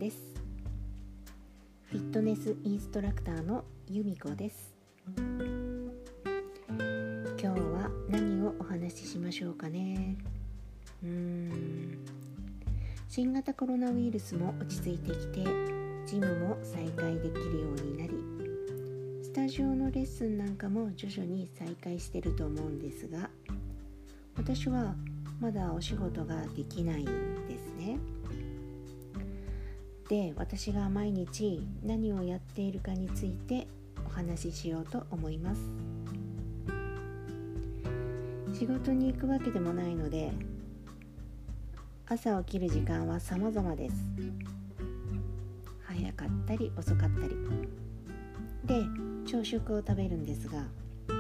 です。フィットネスインストラクターの由美子です。今日は何をお話ししましょうかね。新型コロナウイルスも落ち着いてきて、ジムも再開できるようになり、スタジオのレッスンなんかも徐々に再開してると思うんですが、私はまだお仕事ができないんですね。で、私が毎日何をやっているかについてお話ししようと思います。仕事に行くわけでもないので、朝起きる時間は様々です。早かったり遅かったりで、朝食を食べるんですが、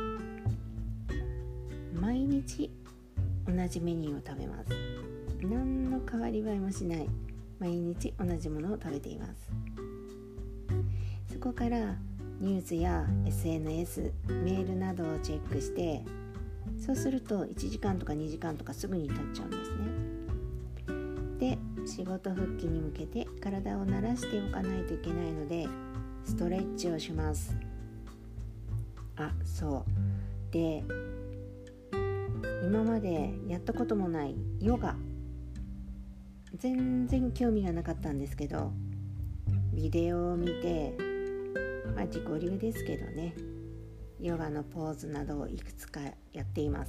毎日同じメニューを食べます。何の変わり映えもしない、毎日同じものを食べています。そこからニュースや SNS、メールなどをチェックして、そうすると1時間とか2時間とかすぐに経っちゃうんですね。で、仕事復帰に向けて体を慣らしておかないといけないので、ストレッチをします。そうで、今までやったこともないヨガ、全然興味がなかったんですけど、ビデオを見て、自己流ですけどね、ヨガのポーズなどをいくつかやっています。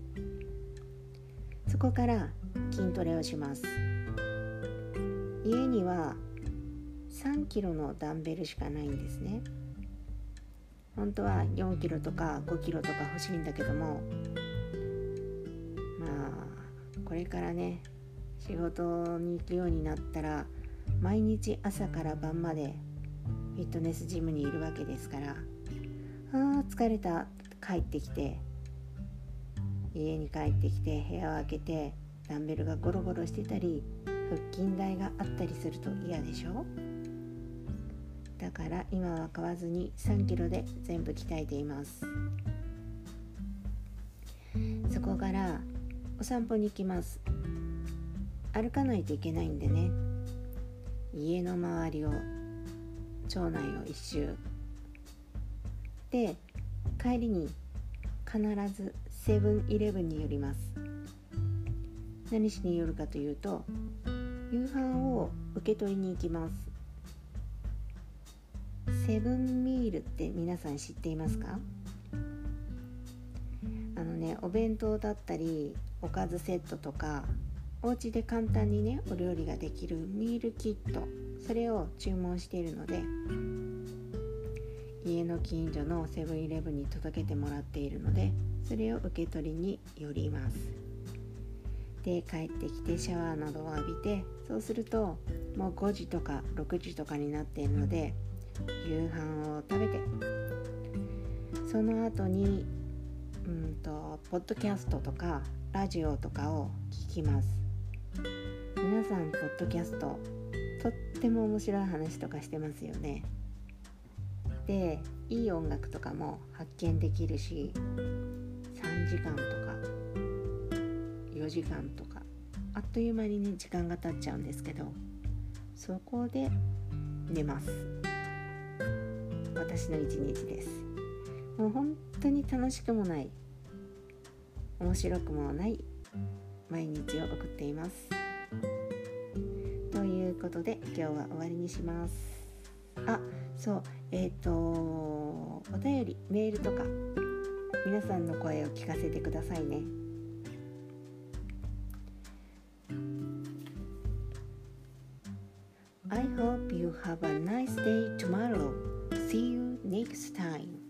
そこから筋トレをします。家には3キロのダンベルしかないんですね。本当は4キロとか5キロとか欲しいんだけども、これからね、仕事に行くようになったら、毎日朝から晩までフィットネスジムにいるわけですから、疲れた、家に帰ってきて部屋を開けて、ダンベルがゴロゴロしてたり、腹筋台があったりすると嫌でしょ。だから今は買わずに3キロで全部鍛えています。そこからお散歩に行きます。歩かないといけないんでね、家の周りを、町内を一周で、帰りに必ずセブンイレブンに寄ります。何しに寄るかというと、夕飯を受け取りに行きます。セブンミールって皆さん知っていますか？お弁当だったりおかずセットとか、お家で簡単にね、お料理ができるミールキット、それを注文しているので、家の近所のセブンイレブンに届けてもらっているので、それを受け取りに寄ります。で、帰ってきてシャワーなどを浴びて、そうするともう5時とか6時とかになっているので、夕飯を食べて、その後にポッドキャストとかラジオとかを聞きます。皆さんポッドキャスト、とっても面白い話とかしてますよね。で、いい音楽とかも発見できるし、3時間とか4時間とか、あっという間にね、時間が経っちゃうんですけど、そこで寝ます。私の一日です。もう本当に楽しくもない、面白くもない毎日を送っています。ということで、今日は終わりにします。お便り、メールとか、皆さんの声を聞かせてくださいね。I hope you have a nice day tomorrow. See you next time.